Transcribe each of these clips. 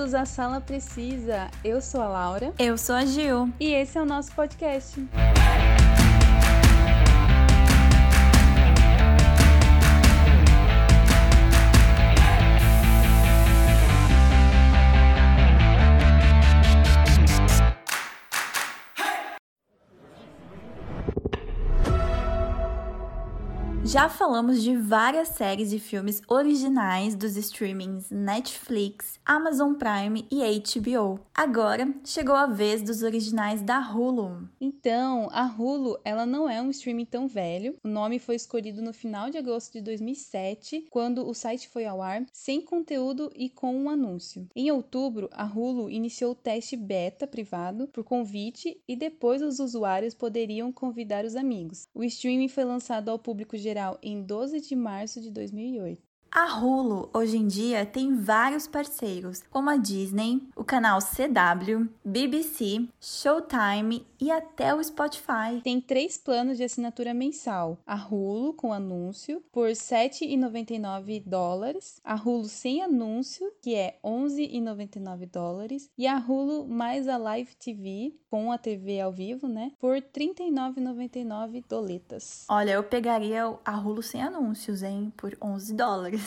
bem-vindos à Sala Precisa. Eu sou a Laura. Eu sou a Gil. E esse é o nosso podcast. Já falamos de várias séries e filmes originais dos streamings Netflix, Amazon Prime e HBO. Agora chegou a vez dos originais da Hulu. Então, a Hulu, ela não é um streaming tão velho. O nome foi escolhido no final de agosto de 2007, quando o site foi ao ar, sem conteúdo e com um anúncio. Em outubro, a Hulu iniciou o teste beta privado por convite e depois os usuários poderiam convidar os amigos. O streaming foi lançado ao público geral em 12 de março de 2008. A Hulu, hoje em dia, tem vários parceiros, como a Disney, o canal CW, BBC, Showtime e até o Spotify. Tem 3 planos de assinatura mensal. A Hulu com anúncio, por $7,99. A Hulu sem anúncio, que é $11,99. E a Hulu mais a Live TV, com a TV ao vivo, né? Por $39,99 doletas. Olha, eu pegaria a Hulu sem anúncios, hein? Por $11.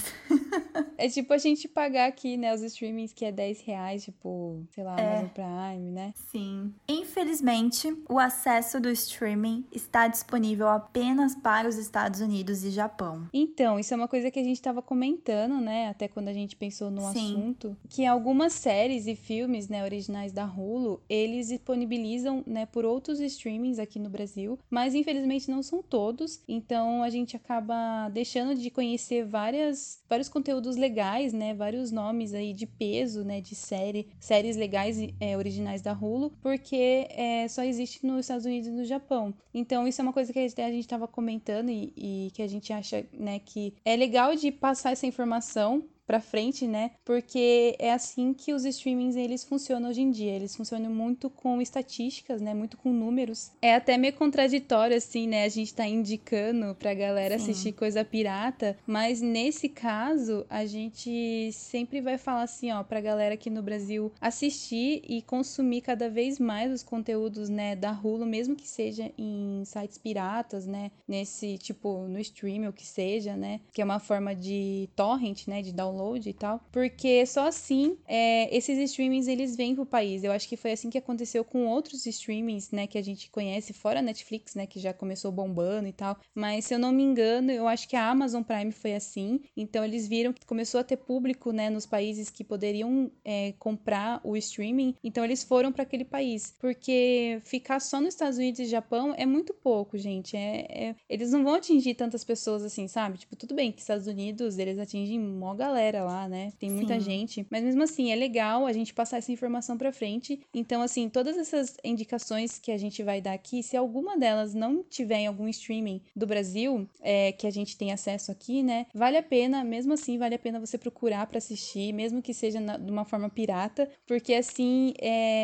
É tipo a gente pagar aqui, né, os streamings que é R$10, tipo, sei lá, Amazon Prime, né? Sim. Infelizmente, o acesso do streaming está disponível apenas para os Estados Unidos e Japão. Então, isso é uma coisa que a gente estava comentando, né, até quando a gente pensou no assunto, que algumas séries e filmes, né, originais da Hulu, eles disponibilizam, né, por outros streamings aqui no Brasil, mas infelizmente não são todos, então a gente acaba deixando de conhecer vários conteúdos legais, né, vários nomes aí de peso, né, de séries legais originais da Hulu, porque só existe nos Estados Unidos e no Japão. Então isso é uma coisa que a gente estava comentando e que a gente acha, né, que é legal de passar essa informação pra frente, né? Porque é assim que os streamings, eles funcionam hoje em dia. Eles funcionam muito com estatísticas, né? Muito com números. É até meio contraditório, assim, né? A gente tá indicando pra galera assistir coisa pirata, mas nesse caso, a gente sempre vai falar assim, ó, pra galera aqui no Brasil assistir e consumir cada vez mais os conteúdos, né, da Hulu, mesmo que seja em sites piratas, né? Nesse, tipo, no stream ou que seja, né? Que é uma forma de torrent, né? De download e tal, porque só assim esses streamings eles vêm pro país. Eu acho que foi assim que aconteceu com outros streamings, né, que a gente conhece, fora a Netflix, né, que já começou bombando e tal, mas se eu não me engano, eu acho que a Amazon Prime foi assim, então eles viram que começou a ter público, né, nos países que poderiam comprar o streaming, então eles foram para aquele país, porque ficar só nos Estados Unidos e Japão é muito pouco, gente, eles não vão atingir tantas pessoas assim, sabe? Tipo, tudo bem que Estados Unidos, eles atingem mó galera lá, né? Tem muita gente. Mas mesmo assim, é legal a gente passar essa informação pra frente. Então, assim, todas essas indicações que a gente vai dar aqui, se alguma delas não tiver em algum streaming do Brasil, que a gente tem acesso aqui, né? Vale a pena, mesmo assim, vale a pena você procurar pra assistir, mesmo que seja de uma forma pirata, porque assim,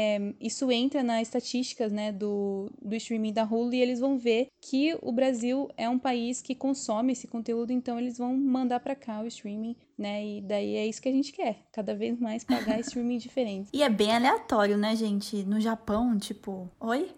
isso entra nas estatísticas, né, do streaming da Hulu e eles vão ver que o Brasil é um país que consome esse conteúdo, então eles vão mandar pra cá o streaming, né? E daí é isso que a gente quer, cada vez mais pagar streaming diferente. E é bem aleatório, né, gente? No Japão, tipo, oi?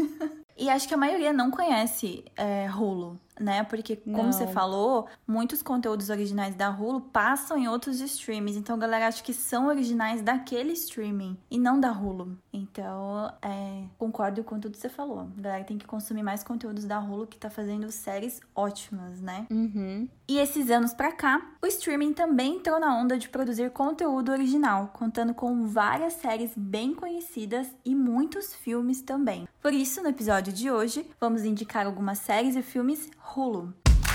E acho que a maioria não conhece Hulu, né? Porque, como você falou, muitos conteúdos originais da Hulu passam em outros streamings. Então, a galera acha que são originais daquele streaming e não da Hulu. Então, concordo com tudo que você falou. A galera tem que consumir mais conteúdos da Hulu, que tá fazendo séries ótimas, né? Uhum. E esses anos pra cá, o streaming também entrou na onda de produzir conteúdo original, contando com várias séries bem conhecidas e muitos filmes também. Por isso, no episódio de hoje, vamos indicar algumas séries e filmes Hulu.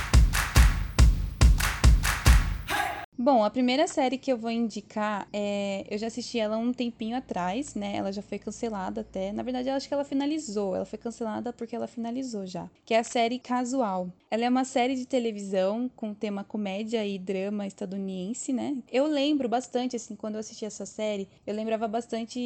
Bom, a primeira série que eu vou indicar eu já assisti ela um tempinho atrás, né? Ela já foi cancelada até. Na verdade, eu acho que ela finalizou. Ela foi cancelada porque ela finalizou já. Que é a série Casual. Ela é uma série de televisão com tema comédia e drama estadunidense, né? Eu lembro bastante, assim, quando eu assisti essa série, eu lembrava bastante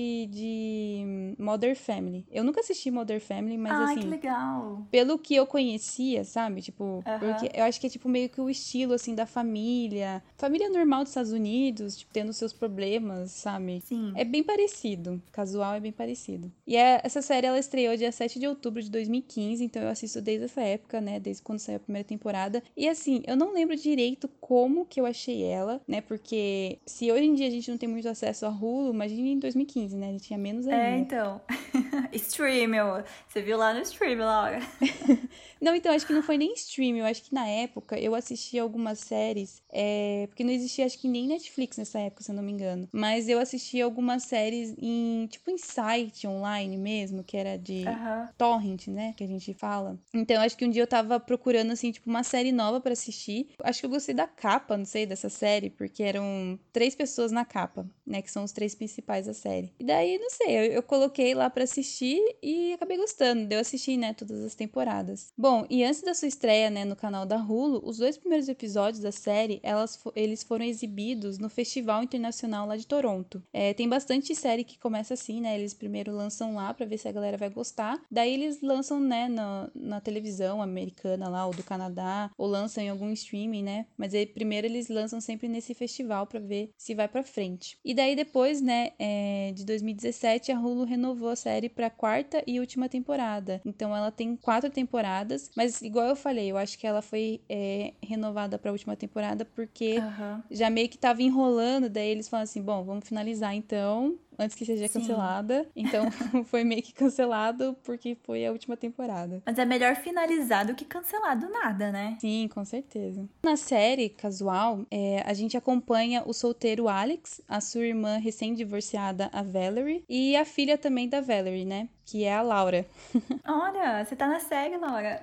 de Modern Family. Eu nunca assisti Modern Family, mas Ai, assim, que legal. pelo que eu conhecia, sabe? Tipo, porque Aham. eu acho que é tipo meio que o estilo, assim, da família. Família normal dos Estados Unidos, tipo, tendo seus problemas, sabe? Sim. É bem parecido. Casual é bem parecido. E essa série, ela estreou dia 7 de outubro de 2015, então eu assisto desde essa época, né? Desde quando saiu a primeira temporada. E assim, eu não lembro direito como que eu achei ela, né? Porque se hoje em dia a gente não tem muito acesso a Hulu, imagine em 2015, né? A gente tinha menos ainda. Então. Stream, você viu lá no stream, Laura. Não, então, acho que não foi nem stream. Eu acho que na época eu assisti algumas séries. Porque não existia, acho que nem Netflix nessa época, se eu não me engano. Mas eu assisti algumas séries tipo, em site online mesmo, que era de Aham. torrent, né? Que a gente fala. Então, acho que um dia eu tava procurando, assim, tipo, uma série nova pra assistir. Acho que eu gostei da capa, não sei, dessa série, porque eram 3 pessoas na capa, né? Que são os 3 principais da série. E daí, não sei, eu coloquei lá pra assistir e acabei gostando. Daí eu assisti, né, todas as temporadas. Bom, e antes da sua estreia, né, no canal da Hulu, os 2 primeiros episódios da série, eles foram exibidos no Festival Internacional lá de Toronto. Tem bastante série que começa assim, né? Eles primeiro lançam lá pra ver se a galera vai gostar. Daí eles lançam, né, na televisão americana lá, ou do Canadá, ou lançam em algum streaming, né? Mas aí, primeiro eles lançam sempre nesse festival pra ver se vai pra frente. E daí depois, né, de 2017, a Hulu renovou a série pra 4ª e última temporada. Então ela tem 4 temporadas, mas igual eu falei, eu acho que ela foi renovada pra última temporada porque Aham. já meio que tava enrolando, daí eles falaram assim, bom, vamos finalizar então, antes que seja Sim. cancelada. Então foi meio que cancelado porque foi a última temporada. Mas é melhor finalizar do que cancelar do nada, né? Sim, com certeza. Na série Casual, a gente acompanha o solteiro Alex, a sua irmã recém-divorciada, a Valerie, e a filha também da Valerie, né? Que é a Laura. Olha, você tá na série, Laura.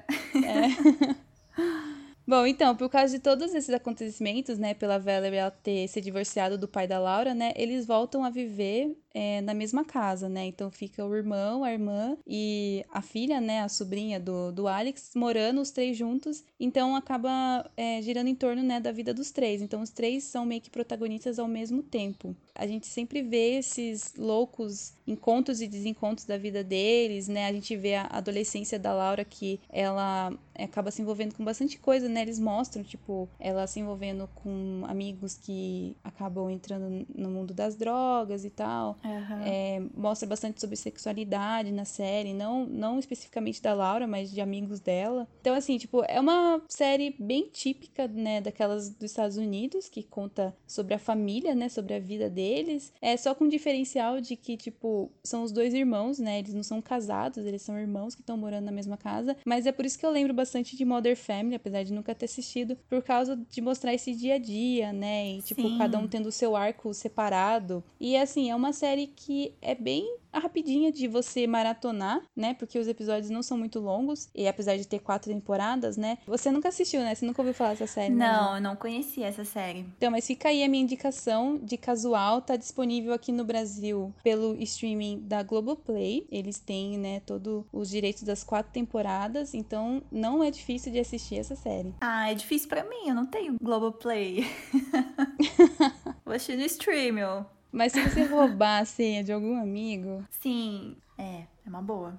Bom, então, por causa de todos esses acontecimentos, né, pela Valerie ela ter se divorciado do pai da Laura, né, eles voltam a viver na mesma casa, né, então fica o irmão, a irmã e a filha, né, a sobrinha do Alex, morando os 3 juntos, então acaba girando em torno, né, da vida dos 3, então os 3 são meio que protagonistas ao mesmo tempo. A gente sempre vê esses loucos encontros e desencontros da vida deles, né, a gente vê a adolescência da Laura que ela acaba se envolvendo com bastante coisa, né? Eles mostram, tipo, ela se envolvendo com amigos que acabam entrando no mundo das drogas e tal. Uhum. Mostra bastante sobre sexualidade na série, não especificamente da Laura, mas de amigos dela. Então, assim, tipo, é uma série bem típica, né, daquelas dos Estados Unidos, que conta sobre a família, né, sobre a vida deles. Só com o diferencial de que, tipo, são os 2 irmãos, né? Eles não são casados, eles são irmãos que estão morando na mesma casa. Mas é por isso que eu lembro bastante de Modern Family, apesar de nunca ter assistido, por causa de mostrar esse dia a dia, né? E, tipo, cada um Sim. tendo o seu arco separado. E, assim, é uma série que é bem rapidinha de você maratonar, né? Porque os episódios não são muito longos. E apesar de ter 4 temporadas, né? Você nunca assistiu, né? Você nunca ouviu falar dessa série, né, Ju? Não, eu não conhecia essa série. Então, mas fica aí a minha indicação de Casual, tá disponível aqui no Brasil pelo streaming da Globoplay. Eles têm, né, todos os direitos das 4 temporadas, então não é difícil de assistir essa série. Ah, é difícil pra mim, eu não tenho Globoplay. Vou assistir no stream, ó. Mas se você roubar a senha de algum amigo... Sim, é uma boa.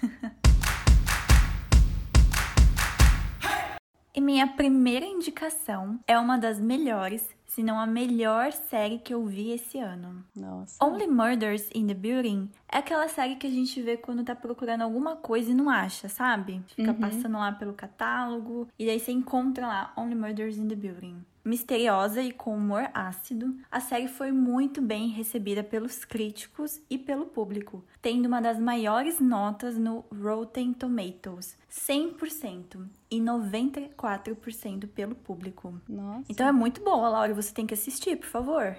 E minha primeira indicação é uma das melhores, se não a melhor série que eu vi esse ano. Nossa. Only Murders in the Building é aquela série que a gente vê quando tá procurando alguma coisa e não acha, sabe? Fica passando lá pelo catálogo e daí você encontra lá Only Murders in the Building. Misteriosa e com humor ácido, a série foi muito bem recebida pelos críticos e pelo público, tendo uma das maiores notas no Rotten Tomatoes, 100% e 94% pelo público. Nossa. Então é muito boa, Laura, você tem que assistir, por favor.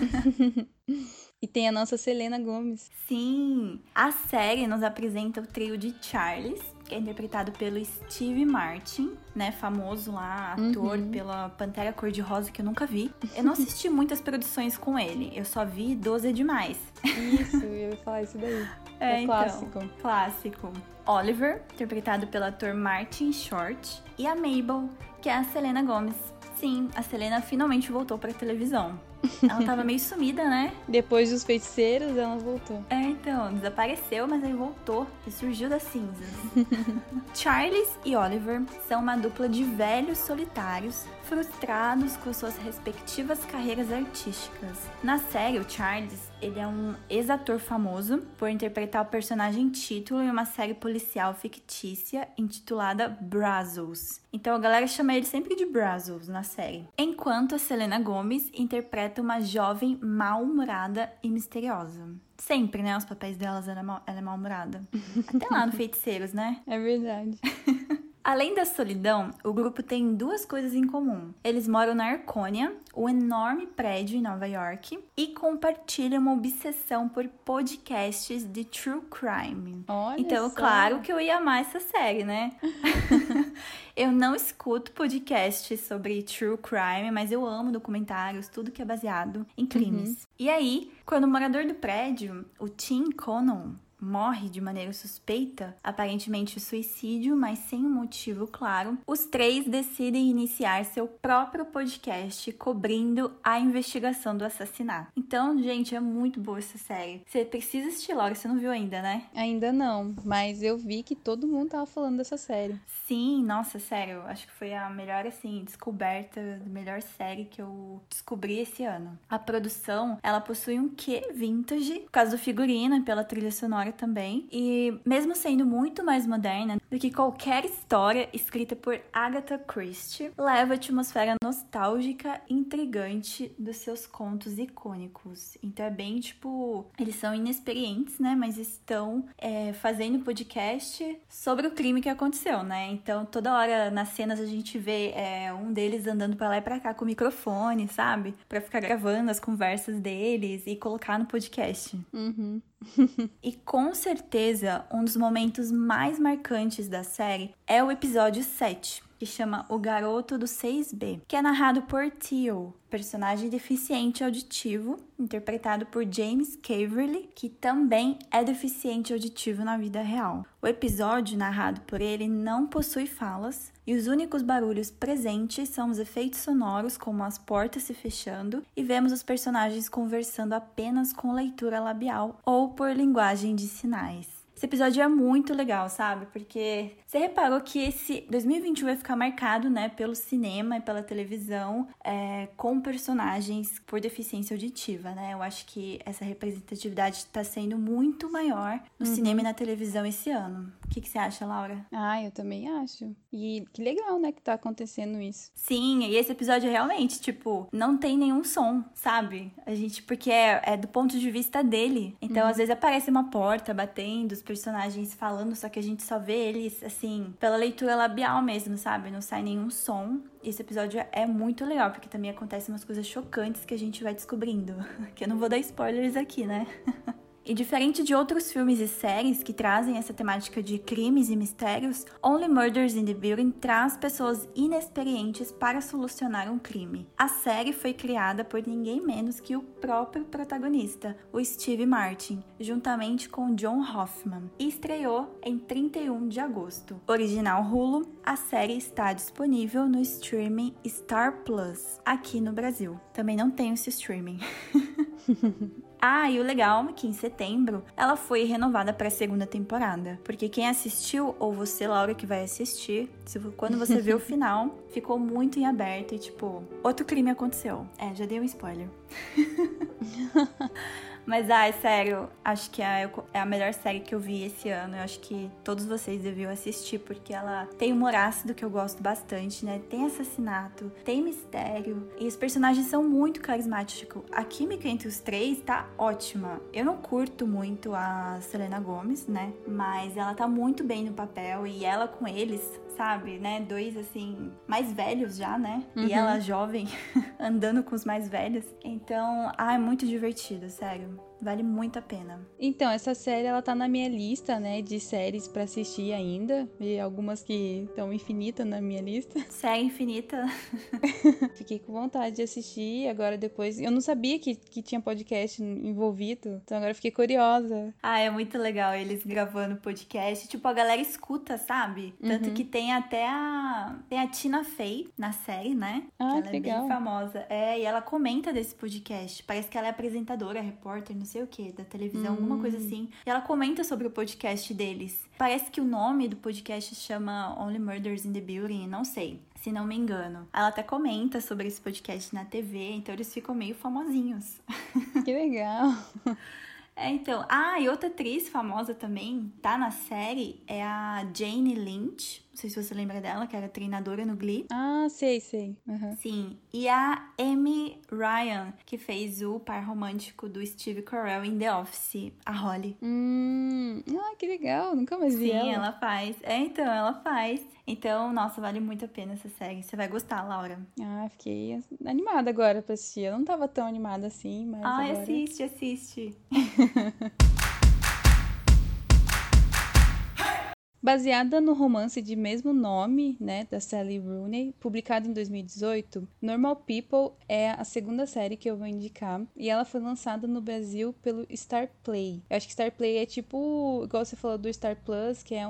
E tem a nossa Selena Gomez. Sim, a série nos apresenta o trio de Charles, que é interpretado pelo Steve Martin, né? Famoso lá, ator pela Pantera Cor-de-Rosa, que eu nunca vi. Eu não assisti muitas produções com ele, eu só vi 12 é Demais. Isso, eu ia falar isso daí. É clássico. Então, clássico. Oliver, interpretado pelo ator Martin Short. E a Mabel, que é a Selena Gomez. Sim, a Selena finalmente voltou pra televisão. Ela tava meio sumida, né? Depois dos Feiticeiros, ela voltou. Então, desapareceu, mas aí voltou e surgiu das cinzas. Charles e Oliver são uma dupla de velhos solitários, frustrados com suas respectivas carreiras artísticas. Na série, o Charles, ele é um ex-ator famoso por interpretar o personagem título em uma série policial fictícia intitulada Brazzers. Então a galera chama ele sempre de Brazzers na série. Enquanto a Selena Gomez interpreta uma jovem mal-humorada e misteriosa. Sempre, né? Os papéis delas, ela é mal-humorada. Até lá no Feiticeiros, né? É verdade. Além da solidão, o grupo tem duas coisas em comum. Eles moram na Arconia, um enorme prédio em Nova York, e compartilham uma obsessão por podcasts de true crime. Olha então, só. Claro que eu ia amar essa série, né? Eu não escuto podcasts sobre true crime, mas eu amo documentários, tudo que é baseado em crimes. E aí, quando o morador do prédio, o Tim Conon, morre de maneira suspeita, aparentemente suicídio, mas sem um motivo claro, os três decidem iniciar seu próprio podcast cobrindo a investigação do assassinato. Então, gente, é muito boa essa série. Você precisa assistir, Laura, você não viu ainda, né? Ainda não, mas eu vi que todo mundo tava falando dessa série. Sim, nossa, sério, acho que foi a melhor, assim, descoberta, a melhor série que eu descobri esse ano. A produção, ela possui um quê vintage, por causa do figurino e pela trilha sonora também, e mesmo sendo muito mais moderna do que qualquer história escrita por Agatha Christie, leva a atmosfera nostálgica e intrigante dos seus contos icônicos. Então é bem tipo, eles são inexperientes, né, mas estão fazendo podcast sobre o crime que aconteceu, né, então toda hora nas cenas a gente vê um deles andando pra lá e pra cá com o microfone, sabe, pra ficar gravando as conversas deles e colocar no podcast. E com certeza, um dos momentos mais marcantes da série é o episódio 7, que chama O Garoto do 6B, que é narrado por Theo, personagem deficiente auditivo, interpretado por James Caverly, que também é deficiente auditivo na vida real. O episódio narrado por ele não possui falas, e os únicos barulhos presentes são os efeitos sonoros, como as portas se fechando, e vemos os personagens conversando apenas com leitura labial ou por linguagem de sinais. Esse episódio é muito legal, sabe? Porque você reparou que esse 2021 vai ficar marcado, né, pelo cinema e pela televisão, com personagens por deficiência auditiva, né? Eu acho que essa representatividade está sendo muito maior no cinema e na televisão esse ano. O que você acha, Laura? Ah, eu também acho. E que legal, né, que tá acontecendo isso. Sim, e esse episódio realmente, tipo, não tem nenhum som, sabe? Porque é do ponto de vista dele. Então, às vezes aparece uma porta batendo, os personagens falando, só que a gente só vê eles, assim, pela leitura labial mesmo, sabe? Não sai nenhum som. Esse episódio é muito legal, porque também acontecem umas coisas chocantes que a gente vai descobrindo. Que eu não vou dar spoilers aqui, né? E diferente de outros filmes e séries que trazem essa temática de crimes e mistérios, Only Murders in the Building traz pessoas inexperientes para solucionar um crime. A série foi criada por ninguém menos que o próprio protagonista, o Steve Martin, juntamente com John Hoffman, e estreou em 31 de agosto. Original Hulu, a série está disponível no streaming Star Plus, aqui no Brasil. Também não tem esse streaming. Ah, e o legal é que em setembro ela foi renovada para a segunda temporada. Porque quem assistiu, ou você, Laura, que vai assistir, quando você vê o final, ficou muito em aberto e tipo, outro crime aconteceu. Já dei um spoiler. Mas, sério, acho que é a melhor série que eu vi esse ano. Eu acho que todos vocês deviam assistir, porque ela tem humor ácido, que eu gosto bastante, né? Tem assassinato, tem mistério, e os personagens são muito carismáticos. A química entre os três tá ótima. Eu não curto muito a Selena Gomez, né? Mas ela tá muito bem no papel, e ela com eles, sabe, né? Dois, assim, mais velhos já, né? E ela jovem, andando com os mais velhos. Então, é muito divertido, sério. Vale muito a pena. Então, essa série, ela tá na minha lista, né, de séries pra assistir ainda. E algumas que estão infinitas na minha lista. Série infinita. Fiquei com vontade de assistir, agora depois... Eu não sabia que tinha podcast envolvido, então agora fiquei curiosa. Ah, é muito legal eles gravando podcast. Tipo, a galera escuta, sabe? Tanto que tem até Tem a Tina Fey na série, né? Ah, que ela que é legal. bem famosa. E ela comenta desse podcast. Parece que ela é apresentadora, repórter, não sei o que, da televisão, alguma coisa assim. E ela comenta sobre o podcast deles. Parece que o nome do podcast chama Only Murders in the Building, não sei, se não me engano. Ela até comenta sobre esse podcast na TV, então eles ficam meio famosinhos. Que legal. Então. E outra atriz famosa também, tá na série, é a Jane Lynch. Não sei se você lembra dela, que era treinadora no Glee. Ah, sei. Uhum. Sim. E a Amy Ryan, que fez o par romântico do Steve Carell em The Office, a Holly. Que legal. Nunca mais vi ela. Sim, ela faz. Então, ela faz. Então, nossa, vale muito a pena essa série. Você vai gostar, Laura. Fiquei animada agora pra assistir. Eu não tava tão animada assim, mas agora... Assiste. Baseada no romance de mesmo nome, né, da Sally Rooney, publicado em 2018, Normal People é a segunda série que eu vou indicar, e ela foi lançada no Brasil pelo Star Play. Eu acho que Star Play é tipo, igual você falou do Star Plus, que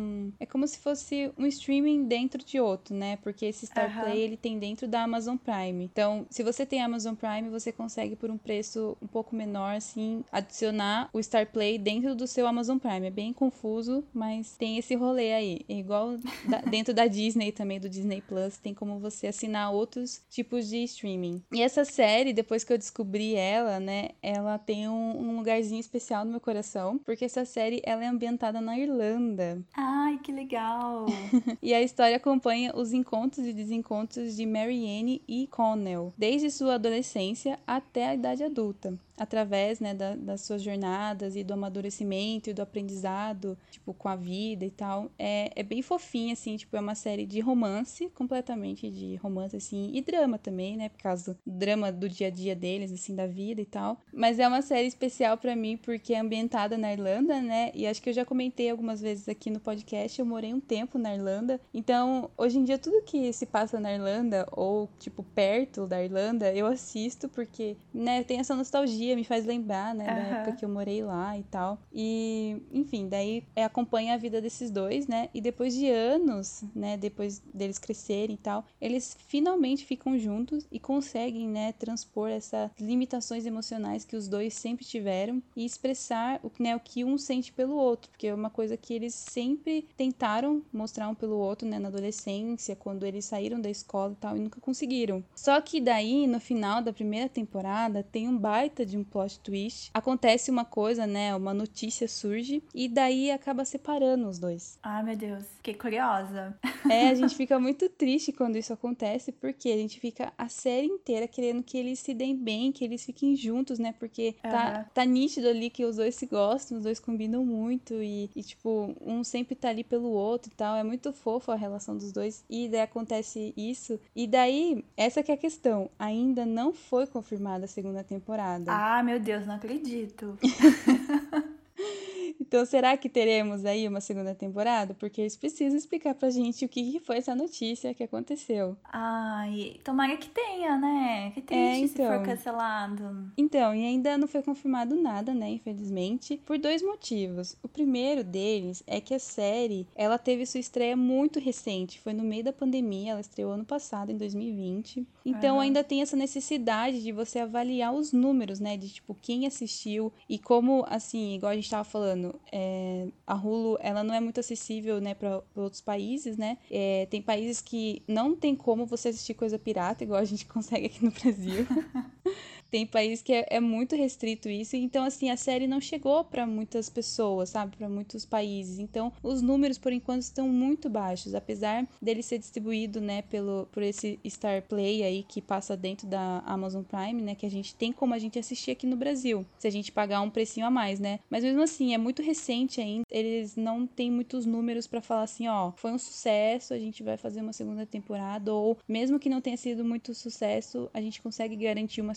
é como se fosse um streaming dentro de outro, né, porque esse Star Play, ele tem dentro da Amazon Prime. Então, se você tem Amazon Prime, você consegue por um preço um pouco menor, assim, adicionar o Star Play dentro do seu Amazon Prime. É bem confuso, mas tem esse rolê aí. É igual dentro da Disney também, do Disney Plus, tem como você assinar outros tipos de streaming. E essa série, depois que eu descobri ela, né, ela tem um lugarzinho especial no meu coração, porque essa série, ela é ambientada na Irlanda. Ai, que legal! E a história acompanha os encontros e desencontros de Marianne e Connell, desde sua adolescência até a idade adulta, através, né, das suas jornadas e do amadurecimento e do aprendizado, tipo, com a vida e tal. É bem fofinha, assim, tipo, é uma série de romance, completamente de romance, assim, e drama também, né, por causa do drama do dia a dia deles, assim, da vida e tal. Mas é uma série especial pra mim porque é ambientada na Irlanda, né, e acho que eu já comentei algumas vezes aqui no podcast, eu morei um tempo na Irlanda, então, hoje em dia, tudo que se passa na Irlanda, ou, tipo, perto da Irlanda, eu assisto porque, né, tem essa nostalgia, me faz lembrar, né, da época que eu morei lá e tal. E, enfim, daí acompanha a vida desses dois, né, e depois de anos, né, depois deles crescerem e tal, eles finalmente ficam juntos e conseguem, né, transpor essas limitações emocionais que os dois sempre tiveram e expressar o que um sente pelo outro, porque é uma coisa que eles sempre tentaram mostrar um pelo outro, né, na adolescência, quando eles saíram da escola e tal, e nunca conseguiram. Só que daí, no final da primeira temporada, tem um baita de um plot twist. Acontece uma coisa, né, uma notícia surge, e daí acaba separando os dois. Ai, meu Deus, fiquei curiosa. A gente fica muito triste quando isso acontece, porque a gente fica a série inteira querendo que eles se deem bem, que eles fiquem juntos, né, porque tá nítido ali que os dois se gostam, os dois combinam muito, e tipo, um sempre tá ali pelo outro e tal, é muito fofo a relação dos dois, e daí acontece isso, e daí, essa que é a questão, ainda não foi confirmada a segunda temporada. Ah, meu Deus, não acredito. Então, será que teremos aí uma segunda temporada? Porque eles precisam explicar pra gente o que foi essa notícia que aconteceu. Ai, tomara que tenha, né? Que triste se for cancelado. Então, e ainda não foi confirmado nada, né, infelizmente, por dois motivos. O primeiro deles é que a série, ela teve sua estreia muito recente, foi no meio da pandemia, ela estreou ano passado, em 2020. Então, ainda tem essa necessidade de você avaliar os números, né, de, tipo, quem assistiu e como, assim, igual a gente tava falando, a Hulu, ela não é muito acessível, né, para outros países, né? Tem países que não tem como você assistir coisa pirata, igual a gente consegue aqui no Brasil. Tem país que é muito restrito isso, então assim, a série não chegou para muitas pessoas, sabe, para muitos países. Então, os números por enquanto estão muito baixos, apesar dele ser distribuído, né, por esse Star Play aí que passa dentro da Amazon Prime, né, que a gente tem como a gente assistir aqui no Brasil, se a gente pagar um precinho a mais, né? Mas mesmo assim, é muito recente ainda, eles não têm muitos números para falar assim, ó, foi um sucesso, a gente vai fazer uma segunda temporada, ou mesmo que não tenha sido muito sucesso, a gente consegue garantir uma segunda temporada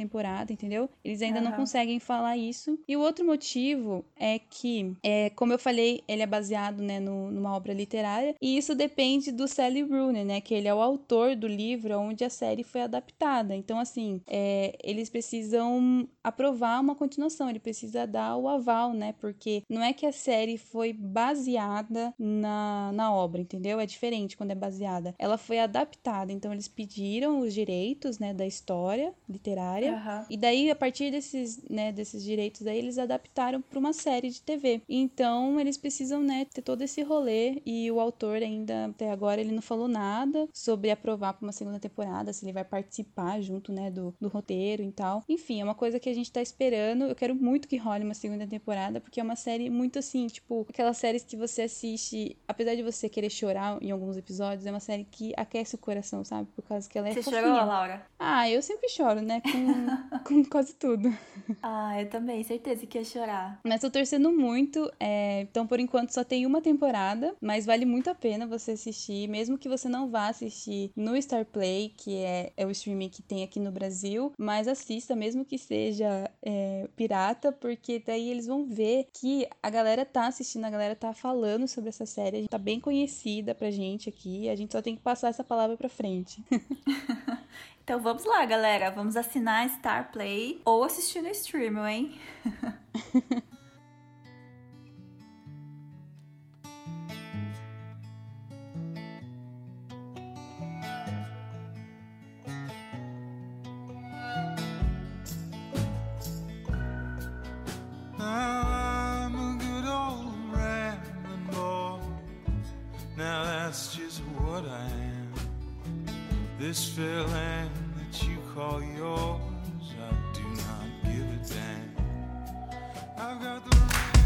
temporada, entendeu? Eles ainda não conseguem falar isso. E o outro motivo é que, como eu falei, ele é baseado, né, numa obra literária, e isso depende do Sally Rooney, né, que ele é o autor do livro onde a série foi adaptada. Então, assim, eles precisam aprovar uma continuação, ele precisa dar o aval, né, porque não é que a série foi baseada na obra, entendeu? É diferente quando é baseada. Ela foi adaptada, então eles pediram os direitos, né, da história literária, e daí, a partir desses direitos aí, eles adaptaram para uma série de TV. Então, eles precisam, né, ter todo esse rolê, e o autor ainda, até agora, ele não falou nada sobre aprovar para uma segunda temporada, se ele vai participar junto, né, do roteiro e tal. Enfim, é uma coisa que a gente tá esperando. Eu quero muito que role uma segunda temporada, porque é uma série muito assim, tipo, aquelas séries que você assiste, apesar de você querer chorar em alguns episódios, é uma série que aquece o coração, sabe? Por causa que ela é Você fofinha. chorou, Laura? Ah, eu sempre choro, né? Com quase tudo. Ah, eu também, certeza que ia chorar. Mas tô torcendo muito, então por enquanto só tem uma temporada, mas vale muito a pena você assistir, mesmo que você não vá assistir no Star Play, que é o streaming que tem aqui no Brasil, mas assista, mesmo que seja pirata, porque daí eles vão ver que a galera tá assistindo, a galera tá falando sobre essa série, a gente tá bem conhecida pra gente aqui, a gente só tem que passar essa palavra pra frente. Então vamos lá, galera. Vamos assinar Star Play ou assistir no streaming, hein? I'm a good old rambling boy. Now that's just what I am. This fair land that you call yours, I do not give a damn. I've got the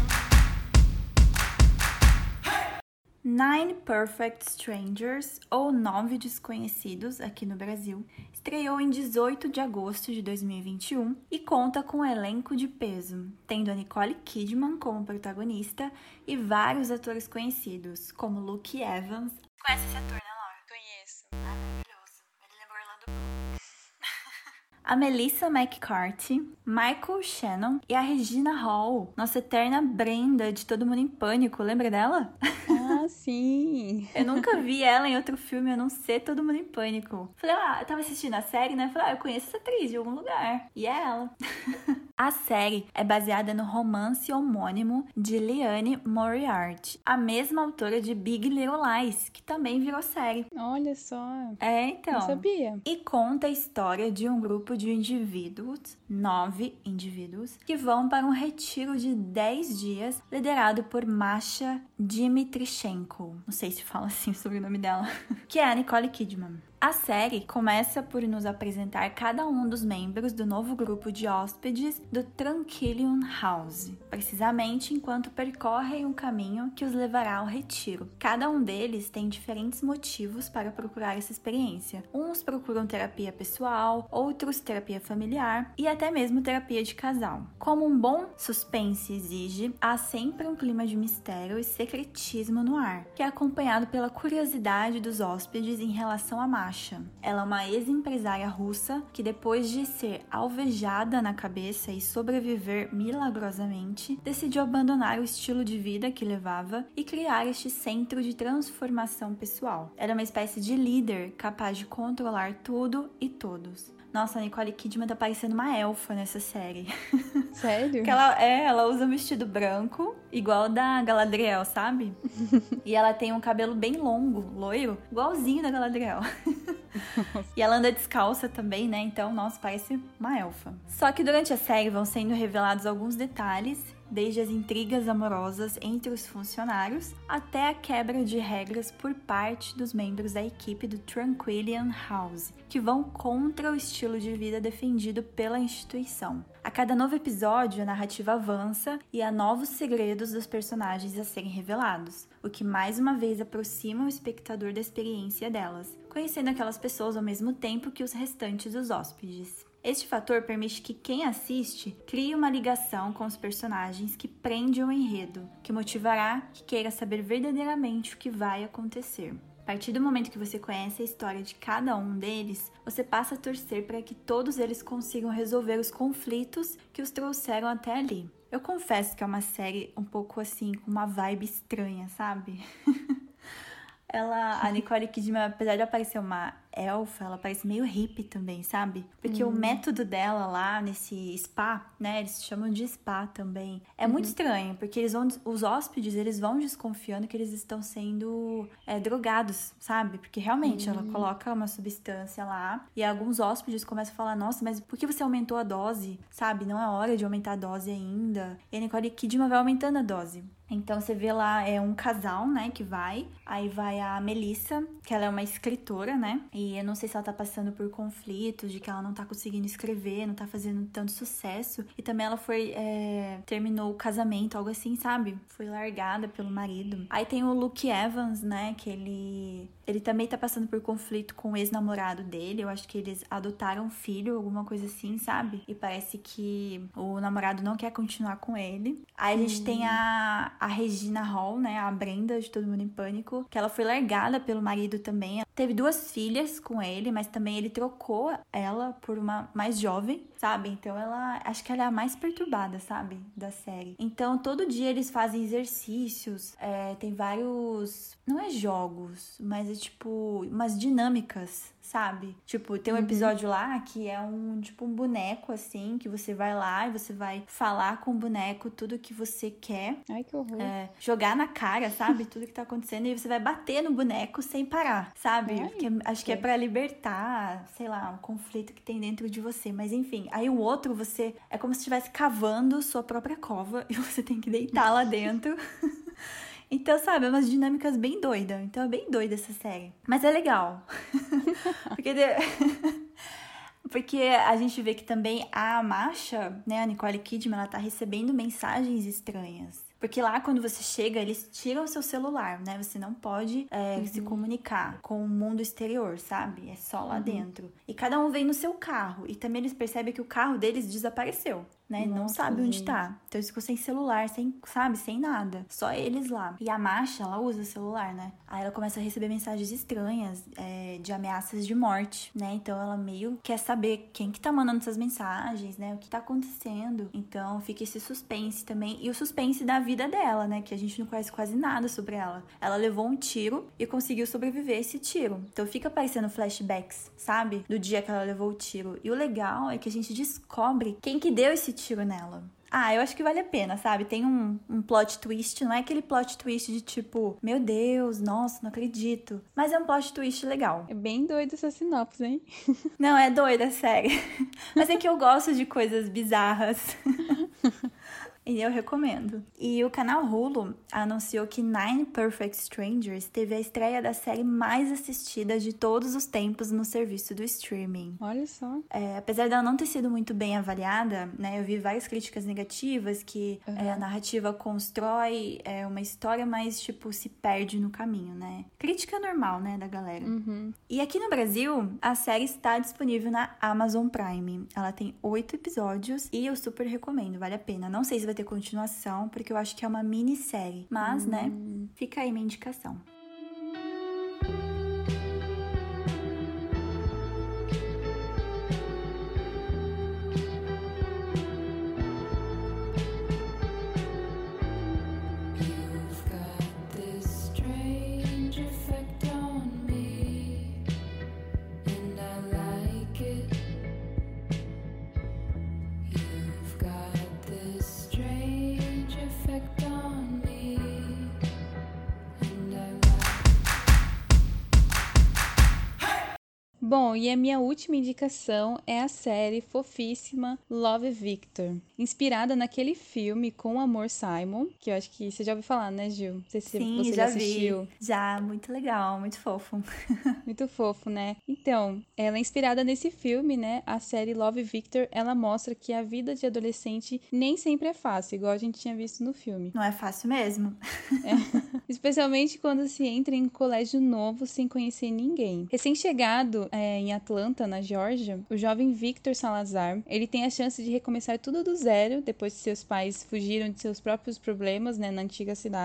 Nine Perfect Strangers, ou Nove Desconhecidos, aqui no Brasil, estreou em 18 de agosto de 2021 e conta com um elenco de peso, tendo a Nicole Kidman como protagonista e vários atores conhecidos, como Luke Evans. Conhece esse ator, né, Laura? Conheço. Maravilhoso. Ele lembra Orlando Bloom. A Melissa McCarthy, Michael Shannon e a Regina Hall, nossa eterna Brenda de Todo Mundo em Pânico, lembra dela? Ah, sim! Eu nunca vi ela em outro filme, a não ser Todo Mundo em Pânico. Falei, eu tava assistindo a série, né? Falei, eu conheço essa atriz de algum lugar. E é ela. A série é baseada no romance homônimo de Liane Moriarty, a mesma autora de Big Little Lies, que também virou série. Olha só! Então. Não sabia. E conta a história de um grupo de indivíduos, 9 indivíduos, que vão para um retiro de 10 dias, liderado por Masha Dmitrichenko. Não sei se fala assim sobre o nome dela. Que é a Nicole Kidman. A série começa por nos apresentar cada um dos membros do novo grupo de hóspedes do Tranquillion House, precisamente enquanto percorrem um caminho que os levará ao retiro. Cada um deles tem diferentes motivos para procurar essa experiência. Uns procuram terapia pessoal, outros terapia familiar e até mesmo terapia de casal. Como um bom suspense exige, há sempre um clima de mistério e secretismo no ar, que é acompanhado pela curiosidade dos hóspedes em relação a Masha. Ela é uma ex-empresária russa que, depois de ser alvejada na cabeça e sobreviver milagrosamente, decidiu abandonar o estilo de vida que levava e criar este centro de transformação pessoal. Era uma espécie de líder capaz de controlar tudo e todos. Nossa, a Nicole Kidman tá parecendo uma elfa nessa série. Sério? Porque ela usa um vestido branco, igual da Galadriel, sabe? E ela tem um cabelo bem longo, loiro, igualzinho da Galadriel. E ela anda descalça também, né? Então, nossa, parece uma elfa. Só que durante a série vão sendo revelados alguns detalhes, desde as intrigas amorosas entre os funcionários até a quebra de regras por parte dos membros da equipe do Tranquillion House, que vão contra o estilo de vida defendido pela instituição. A cada novo episódio, a narrativa avança e há novos segredos dos personagens a serem revelados, o que mais uma vez aproxima o espectador da experiência delas, conhecendo aquelas pessoas ao mesmo tempo que os restantes dos hóspedes. Este fator permite que quem assiste crie uma ligação com os personagens que prende o enredo, que motivará que queira saber verdadeiramente o que vai acontecer. A partir do momento que você conhece a história de cada um deles, você passa a torcer para que todos eles consigam resolver os conflitos que os trouxeram até ali. Eu confesso que é uma série um pouco assim, com uma vibe estranha, sabe? A Nicole Kidman, apesar de ela parecer uma elfa, ela parece meio hippie também, sabe? Porque o método dela lá nesse spa, né? Eles chamam de spa também. É muito estranho, porque os hóspedes, eles vão desconfiando que eles estão sendo drogados, sabe? Porque realmente ela coloca uma substância lá e alguns hóspedes começam a falar, nossa, mas por que você aumentou a dose? Sabe? Não é hora de aumentar a dose ainda. E a Nicole Kidman vai aumentando a dose. Então, você vê lá, é um casal, né, que vai. Aí vai a Melissa, que ela é uma escritora, né? E eu não sei se ela tá passando por conflitos, de que ela não tá conseguindo escrever, não tá fazendo tanto sucesso. E também ela terminou o casamento, algo assim, sabe? Foi largada pelo marido. Aí tem o Luke Evans, né, que ele também tá passando por conflito com o ex-namorado dele. Eu acho que eles adotaram um filho, alguma coisa assim, sabe? E parece que o namorado não quer continuar com ele. Aí a gente tem a Regina Hall, né? A Brenda, de Todo Mundo em Pânico. Que ela foi largada pelo marido também. Ela teve 2 filhas com ele, mas também ele trocou ela por uma mais jovem, sabe? Então acho que ela é a mais perturbada, sabe? Da série. Então todo dia eles fazem exercícios. Tem vários... Não é jogos, mas é tipo umas dinâmicas, sabe? Tipo, tem um episódio lá que é um boneco, assim, que você vai lá e você vai falar com o boneco tudo que você quer. Ai, que horror. Jogar na cara, sabe? Tudo que tá acontecendo. E você vai bater no boneco sem parar, sabe? Porque acho que é pra libertar, sei lá, um conflito que tem dentro de você. Mas enfim, aí o outro, você... É como se estivesse cavando sua própria cova e você tem que deitar lá dentro. Então, sabe, é umas dinâmicas bem doidas. Então é bem doida essa série. Mas é legal. Porque a gente vê que também a Masha, né, a Nicole Kidman, ela tá recebendo mensagens estranhas. Porque lá, quando você chega, eles tiram o seu celular, né? Você não pode se comunicar com o mundo exterior, sabe? É só lá dentro. E cada um vem no seu carro. E também eles percebem que o carro deles desapareceu, né? Nossa, não sabe onde tá. Então eles ficam sem celular, sem nada. Só eles lá. E a Masha, ela usa o celular, né? Aí ela começa a receber mensagens estranhas de ameaças de morte, né? Então ela meio quer saber quem que tá mandando essas mensagens, né? O que tá acontecendo. Então fica esse suspense também. E o suspense da vida dela, né? Que a gente não conhece quase nada sobre ela. Ela levou um tiro e conseguiu sobreviver a esse tiro. Então fica aparecendo flashbacks, sabe? Do dia que ela levou o tiro. E o legal é que a gente descobre quem que deu esse tiro nela. Eu acho que vale a pena, sabe? Tem um plot twist, não é aquele plot twist de tipo, meu Deus, nossa, não acredito. Mas é um plot twist legal. É bem doido essa sinopse, hein? Não, é doida, sério. Mas é que eu gosto de coisas bizarras. E eu recomendo. E o canal Hulu anunciou que Nine Perfect Strangers teve a estreia da série mais assistida de todos os tempos no serviço do streaming. Olha só. Apesar dela não ter sido muito bem avaliada, né? Eu vi várias críticas negativas que a narrativa constrói uma história, mas, tipo, se perde no caminho, né? Crítica normal, né, da galera. E aqui no Brasil, a série está disponível na Amazon Prime. Ela tem 8 episódios e eu super recomendo, vale a pena. Não sei se vai ter continuação, porque eu acho que é uma minissérie. Mas, né, fica aí minha indicação. Bom, e a minha última indicação é a série fofíssima Love, Victor, inspirada naquele filme Com Amor, Simon, que eu acho que você já ouviu falar, né, Gil? Não sei se você já assistiu. Já, muito legal, muito fofo. Muito fofo, né? Então, ela é inspirada nesse filme, né? A série Love, Victor, ela mostra que a vida de adolescente nem sempre é fácil, igual a gente tinha visto no filme. Não é fácil mesmo. Especialmente quando se entra em um colégio novo sem conhecer ninguém. Recém-chegado em Atlanta, na Geórgia, o jovem Victor Salazar, ele tem a chance de recomeçar tudo do zero, depois que seus pais fugiram de seus próprios problemas, né, na antiga cidade.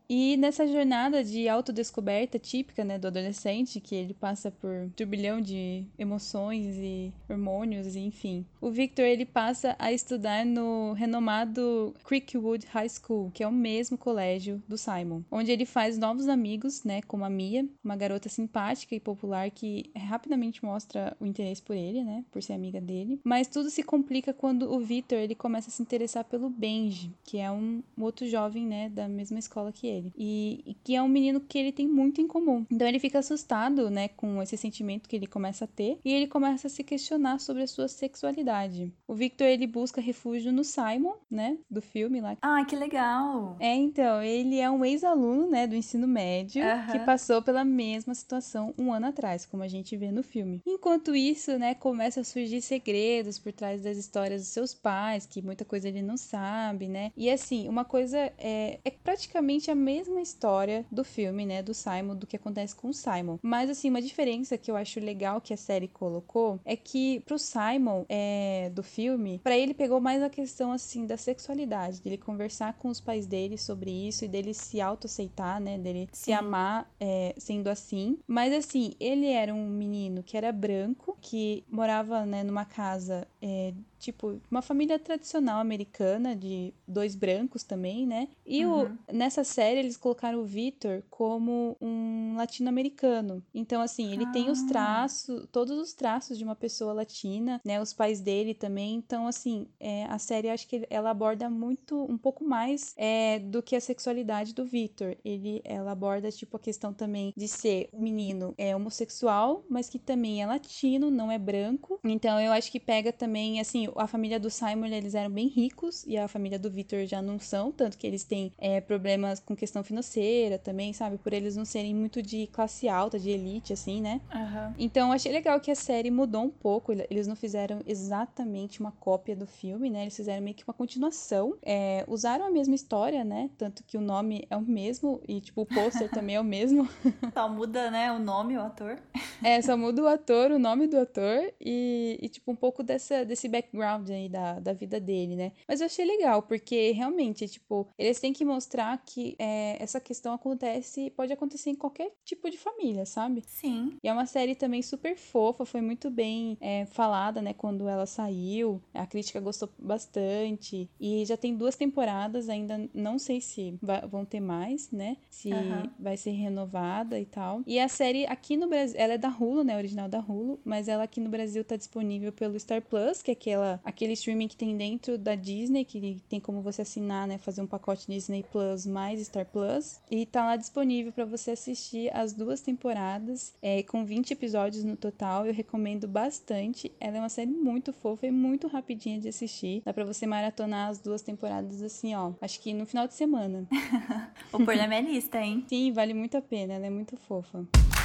E nessa jornada de autodescoberta típica, né, do adolescente, que ele passa por um turbilhão de emoções e hormônios, e enfim. O Victor, ele passa a estudar no renomado Creekwood High School, que é o mesmo colégio do Simon, onde ele faz novos amigos, né, como a Mia, uma garota simpática e popular que rapidamente mostra o interesse por ele, né, por ser amiga dele. Mas tudo se complica quando o Victor, ele começa a se interessar pelo Benji, que é um outro jovem, né, da mesma escola que ele. E que é um menino que ele tem muito em comum. Então ele fica assustado, né, com esse sentimento que ele começa a ter, e ele começa a se questionar sobre a sua sexualidade. O Victor, ele busca refúgio no Simon, né, do filme lá. Ah, que legal! Então, ele é um ex-aluno, né, do ensino médio, que passou pela mesma situação um ano atrás, como a gente vê no filme. Enquanto isso, né, começa a surgir segredos por trás das histórias dos seus pais, que muita coisa ele não sabe, né? E assim, uma coisa é praticamente a mesma história do filme, né, do Simon, do que acontece com o Simon. Mas assim, uma diferença que eu acho legal que a série colocou é que pro Simon, do filme, pra ele pegou mais a questão assim da sexualidade, dele conversar com os pais dele sobre isso e dele se autoaceitar, né, dele se amar sendo assim. Mas assim, ele era um menino que era branco, que morava, né, numa casa tipo, uma família tradicional americana, de 2 brancos também, né? E nessa série eles colocaram o Victor como um latino-americano. Então, assim, ele tem os traços, todos os traços de uma pessoa latina, né? Os pais dele também. Então, assim, a série, acho que ela aborda um pouco mais do que a sexualidade do Victor. Ela aborda, tipo, a questão também de ser um menino homossexual, mas que também é latino, não é branco. Então, eu acho que pega também, assim, a família do Simon, eles eram bem ricos, e a família do Victor já não são, tanto que eles têm problemas com questão financeira também, sabe? Por eles não serem muito de classe alta, de elite, assim, né? Então, achei legal que a série mudou um pouco, eles não fizeram exatamente uma cópia do filme, né? Eles fizeram meio que uma continuação, usaram a mesma história, né? Tanto que o nome é o mesmo, e, tipo, o pôster também é o mesmo. Só muda, né, o nome, o ator. Só muda o ator, o nome do ator, e tipo, um pouco desse background aí da vida dele, né? Mas eu achei legal, porque realmente, tipo, eles têm que mostrar que essa questão pode acontecer em qualquer tipo de família, sabe? Sim. E é uma série também super fofa, foi muito bem falada, né, quando ela saiu. A crítica gostou bastante. E já tem 2 temporadas, ainda não sei se vão ter mais, né? Se vai ser renovada e tal. E a série aqui no Brasil, ela é da Hulu, né, original da Hulu, mas ela aqui no Brasil tá disponível pelo Star Plus, que é aquele streaming que tem dentro da Disney, que tem como você assinar, né, fazer um pacote Disney Plus mais Star Plus, e tá lá disponível para você assistir as 2 temporadas, com 20 episódios no total. Eu recomendo bastante, ela é uma série muito fofa e muito rapidinha de assistir, dá pra você maratonar as 2 temporadas assim, ó, acho que no final de semana. Vou pôr na minha lista, hein? Sim, vale muito a pena, ela é muito fofa.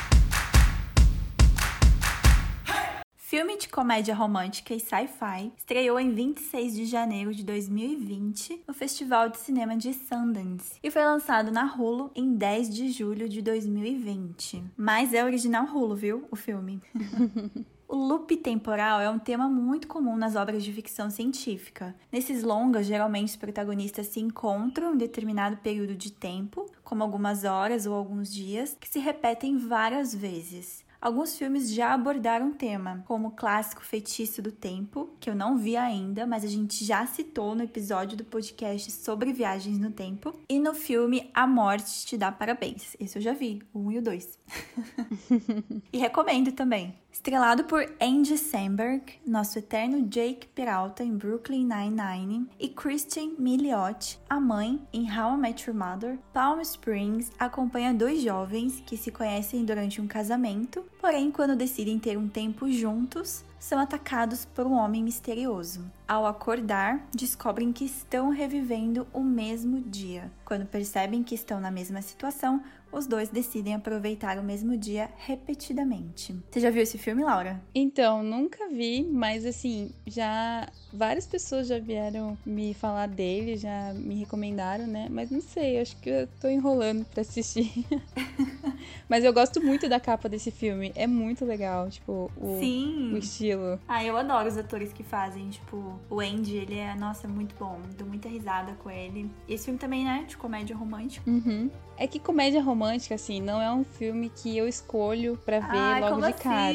Filme de comédia romântica e sci-fi estreou em 26 de janeiro de 2020 no Festival de Cinema de Sundance e foi lançado na Hulu em 10 de julho de 2020. Mas é original Hulu, viu? O filme. O loop temporal é um tema muito comum nas obras de ficção científica. Nesses longas, geralmente os protagonistas se encontram em determinado período de tempo, como algumas horas ou alguns dias, que se repetem várias vezes. Alguns filmes já abordaram o tema, como o clássico Feitiço do Tempo, que eu não vi ainda, mas a gente já citou no episódio do podcast sobre viagens no tempo, e no filme A Morte Te Dá Parabéns. Esse eu já vi, o 1 e o 2. E recomendo também. Estrelado por Andy Samberg, nosso eterno Jake Peralta em Brooklyn Nine-Nine, e Kristen Milioti, a mãe em How I Met Your Mother, Palm Springs acompanha 2 jovens que se conhecem durante um casamento, porém quando decidem ter um tempo juntos, são atacados por um homem misterioso. Ao acordar, descobrem que estão revivendo o mesmo dia. Quando percebem que estão na mesma situação, os 2 decidem aproveitar o mesmo dia repetidamente. Você já viu esse filme, Laura? Então, nunca vi, mas assim, várias pessoas já vieram me falar dele, já me recomendaram, né? Mas não sei, acho que eu tô enrolando pra assistir. Mas eu gosto muito da capa desse filme, é muito legal, tipo, o estilo. Ah, eu adoro os atores que fazem, tipo, o Andy, ele é, nossa, muito bom, dou muita risada com ele. E esse filme também, né, de comédia romântica. É que comédia romântica, assim, não é um filme que eu escolho pra ver logo de cara.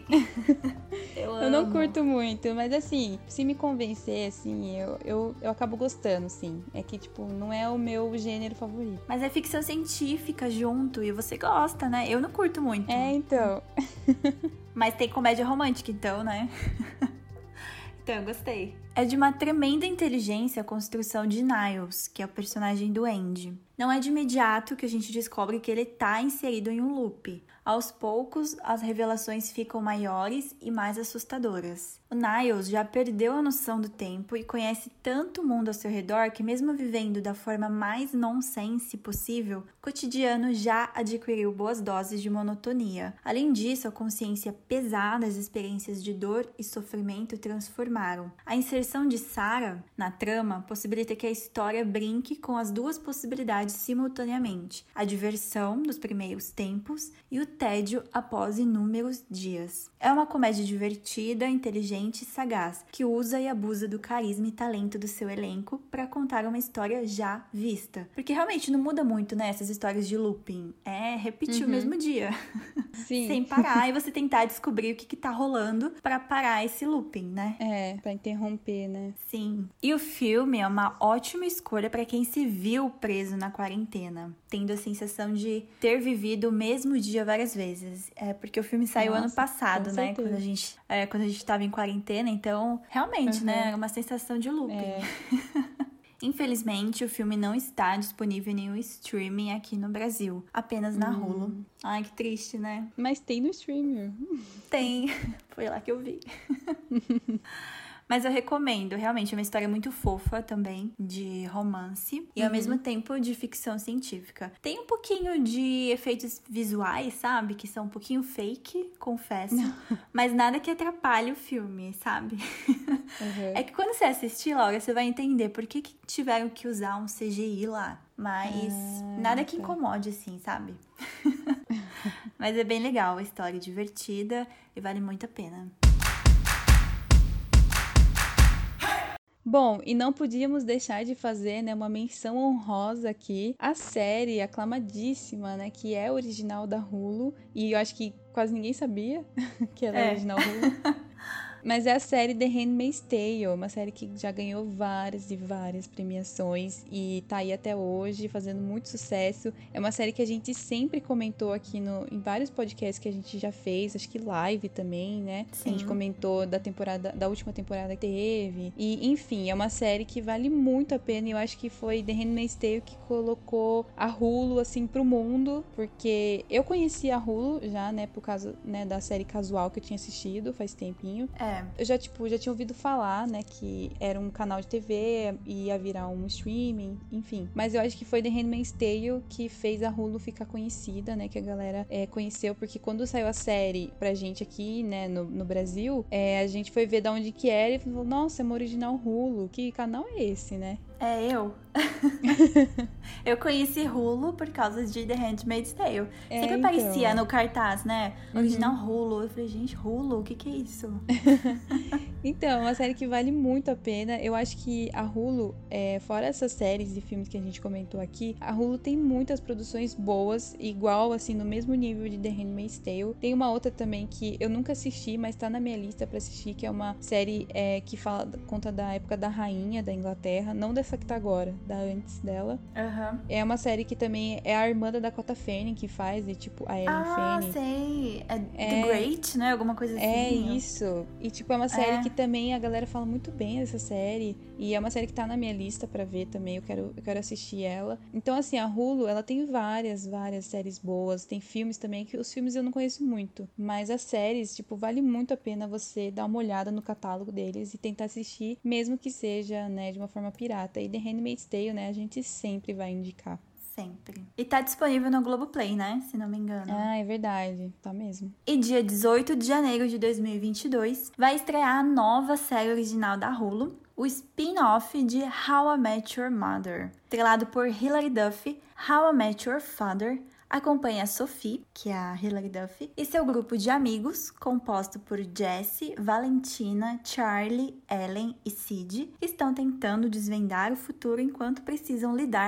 Eu não curto muito, mas assim, se me convencer, assim, eu acabo gostando, sim. É que, tipo, não é o meu gênero favorito. Mas é ficção científica junto e você gosta, né? Eu não curto muito. É, então. Mas tem comédia romântica, então, né? Então, eu gostei. É de uma tremenda inteligência a construção de Niles, que é o personagem do Andy. Não é de imediato que a gente descobre que ele tá inserido em um loop. Aos poucos, as revelações ficam maiores e mais assustadoras. O Niles já perdeu a noção do tempo e conhece tanto o mundo ao seu redor que, mesmo vivendo da forma mais nonsense possível, o cotidiano já adquiriu boas doses de monotonia. Além disso, a consciência pesada das experiências de dor e sofrimento transformaram. A inserção de Sarah na trama possibilita que a história brinque com as duas possibilidades simultaneamente: a diversão dos primeiros tempos e o tédio após inúmeros dias. É uma comédia divertida, inteligente e sagaz, que usa e abusa do carisma e talento do seu elenco para contar uma história já vista. Porque realmente não muda muito, né, essas histórias de looping. É repetir o mesmo dia. Sim. Sem parar e você tentar descobrir o que tá rolando para parar esse looping, né? É, pra interromper, né? Sim. E o filme é uma ótima escolha para quem se viu preso na quarentena, tendo a sensação de ter vivido o mesmo dia várias vezes. É porque o filme saiu ano passado, né? Quando a gente tava em quarentena, então realmente, né? É uma sensação de looping. É. Infelizmente, o filme não está disponível em nenhum streaming aqui no Brasil, apenas na Hulu. Ai, que triste, né? Mas tem no streaming. Tem. Foi lá que eu vi. Mas eu recomendo, realmente, é uma história muito fofa também, de romance e ao mesmo tempo de ficção científica. Tem um pouquinho de efeitos visuais, sabe? Que são um pouquinho fake, confesso, mas nada que atrapalhe o filme, sabe? É que quando você assistir, Laura, você vai entender por que tiveram que usar um CGI lá. Mas nada que incomode, assim, sabe? Mas é bem legal, a história é divertida e vale muito a pena. Bom, e não podíamos deixar de fazer, né, uma menção honrosa aqui à série aclamadíssima, né, que é original da Hulu, e eu acho que quase ninguém sabia que ela é original Hulu. Mas é a série The Handmaid's Tale, uma série que já ganhou várias e várias premiações e tá aí até hoje, fazendo muito sucesso. É uma série que a gente sempre comentou aqui em vários podcasts que a gente já fez, acho que live também, né? Sim. A gente comentou da última temporada que teve. E, enfim, é uma série que vale muito a pena e eu acho que foi The Handmaid's Tale que colocou a Hulu, assim, pro mundo, porque eu conheci a Hulu já, né, por causa, né, da série Casual que eu tinha assistido faz tempinho. Eu já tinha ouvido falar, né, que era um canal de TV e ia virar um streaming, enfim. Mas eu acho que foi The Handmaid's Tale que fez a Hulu ficar conhecida, né, que a galera conheceu, porque quando saiu a série pra gente aqui, né, no Brasil, a gente foi ver de onde que era e falou, nossa, é uma original Hulu, que canal é esse, né? Eu conheci Hulu por causa de The Handmaid's Tale. Sempre aparecia no cartaz, né? Original Hulu. Eu falei, gente, Hulu? O que é isso? Então, é uma série que vale muito a pena. Eu acho que a Hulu, fora essas séries e filmes que a gente comentou aqui, a Hulu tem muitas produções boas, igual, assim, no mesmo nível de The Handmaid's Tale. Tem uma outra também que eu nunca assisti, mas tá na minha lista pra assistir, que é uma série que conta da época da rainha da Inglaterra, não dessa que tá agora, da antes dela. É uma série que também é a irmã da Dakota Fanning que faz, e tipo, a Ellen Fanning. Ah, sei. É The Great, né? Alguma coisa assim. É isso. E tipo, é uma série que também a galera fala muito bem dessa série. E é uma série que tá na minha lista pra ver também. Eu quero assistir ela. Então, assim, a Hulu, ela tem várias séries boas. Tem filmes também, que os filmes eu não conheço muito. Mas as séries, tipo, vale muito a pena você dar uma olhada no catálogo deles e tentar assistir, mesmo que seja, né, de uma forma pirata. E The Handmaid's Tale, né, a gente sempre vai indicar. Sempre. E tá disponível no Globoplay, né? Se não me engano. Ah, é verdade. Tá mesmo. E dia 18 de janeiro de 2022 vai estrear a nova série original da Hulu, o spin-off de How I Met Your Mother. Estrelado por Hilary Duff, How I Met Your Father acompanha a Sophie, que é a Hilary Duff, e seu grupo de amigos, composto por Jesse, Valentina, Charlie, Ellen e Sid, estão tentando desvendar o futuro enquanto precisam lidar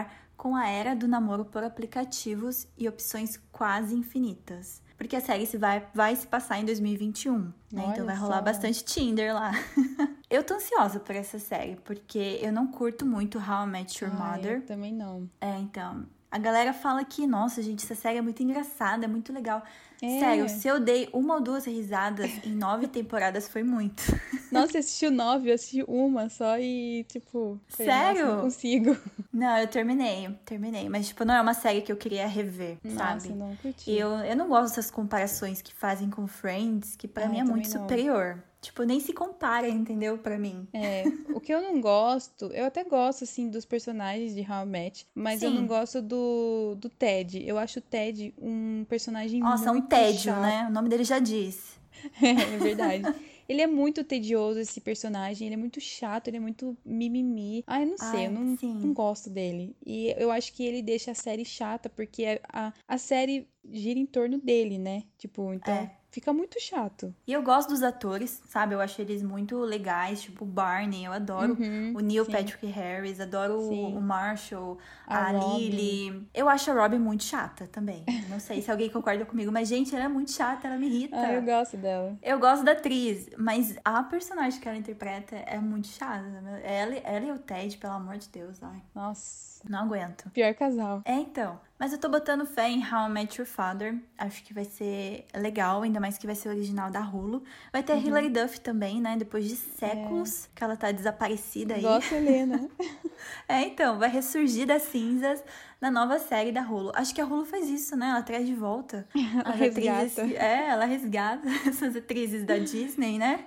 com a era do namoro por aplicativos e opções quase infinitas. Porque a série vai se passar em 2021, né? Então vai rolar bastante Tinder lá. Eu tô ansiosa por essa série, porque eu não curto muito How I Met Your Mother. Eu também não. Então... A galera fala que, nossa, gente, essa série é muito engraçada, é muito legal. Sério, se eu dei 1 ou 2 risadas em 9 temporadas, foi muito. Nossa, você assistiu 9, eu assisti uma só e, tipo... Sério? Nossa, não consigo. Não, eu terminei. Mas, tipo, não é uma série que eu queria rever, sabe? Nossa, não curti. E eu não gosto dessas comparações que fazem com Friends, que pra mim é muito superior. Tipo, nem se compara, entendeu? Pra mim. O que eu não gosto... Eu até gosto, assim, dos personagens de How I Met, mas eu não gosto do Ted. Eu acho o Ted um personagem muito um tédio, chato. né? O nome dele já diz. É verdade. Ele é muito tedioso, esse personagem. Ele é muito chato, ele é muito mimimi. Eu não sei, eu não gosto dele. E eu acho que ele deixa a série chata, porque a série gira em torno dele, né? Tipo, então... Fica muito chato. E eu gosto dos atores, sabe? Eu acho eles muito legais. Tipo, o Barney, eu adoro. O Neil Patrick Harris, adoro o Marshall, a Lily. Eu acho a Robin muito chata também. Não sei se alguém concorda comigo, mas, gente, ela é muito chata, ela me irrita. Eu gosto dela. Eu gosto da atriz, mas a personagem que ela interpreta é muito chata. Ela e o Ted, pelo amor de Deus, ai. Nossa. Não aguento. Pior casal. Então. Mas eu tô botando fé em How I Met Your Father. Acho que vai ser legal, ainda mais que vai ser original da Hulu. Vai ter a Hilary Duff também, né? Depois de séculos que ela tá desaparecida aí. Gosto, Helena. Então, vai ressurgir das cinzas na nova série da Hulu. Acho que a Hulu faz isso, né? Ela traz de volta as atrizes. Ela resgata essas atrizes da Disney, né?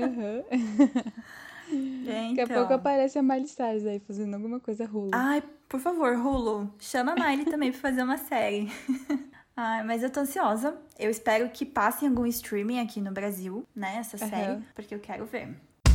Daqui a pouco aparece a Miley Cyrus aí fazendo alguma coisa Hulu. Ai, por favor, Hulu, chama a Miley também pra fazer uma série. Ai, mas eu tô ansiosa. Eu espero que passe em algum streaming aqui no Brasil, né, essa série, porque eu quero ver.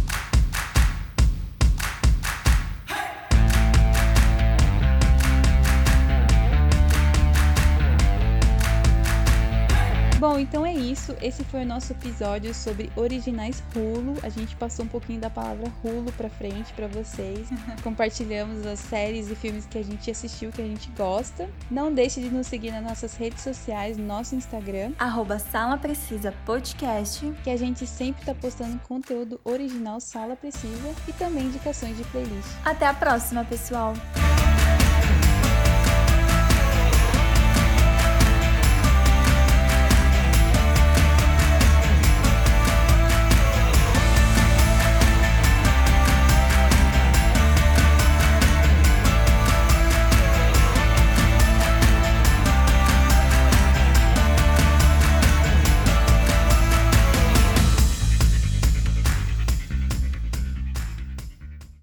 Bom, então é isso. Esse foi o nosso episódio sobre originais Hulu. A gente passou um pouquinho da palavra Hulu pra frente pra vocês. Compartilhamos as séries e filmes que a gente assistiu, que a gente gosta. Não deixe de nos seguir nas nossas redes sociais, no nosso Instagram. @SalaPrecisaPodcast. Que a gente sempre tá postando conteúdo original Sala Precisa e também indicações de playlist. Até a próxima, pessoal!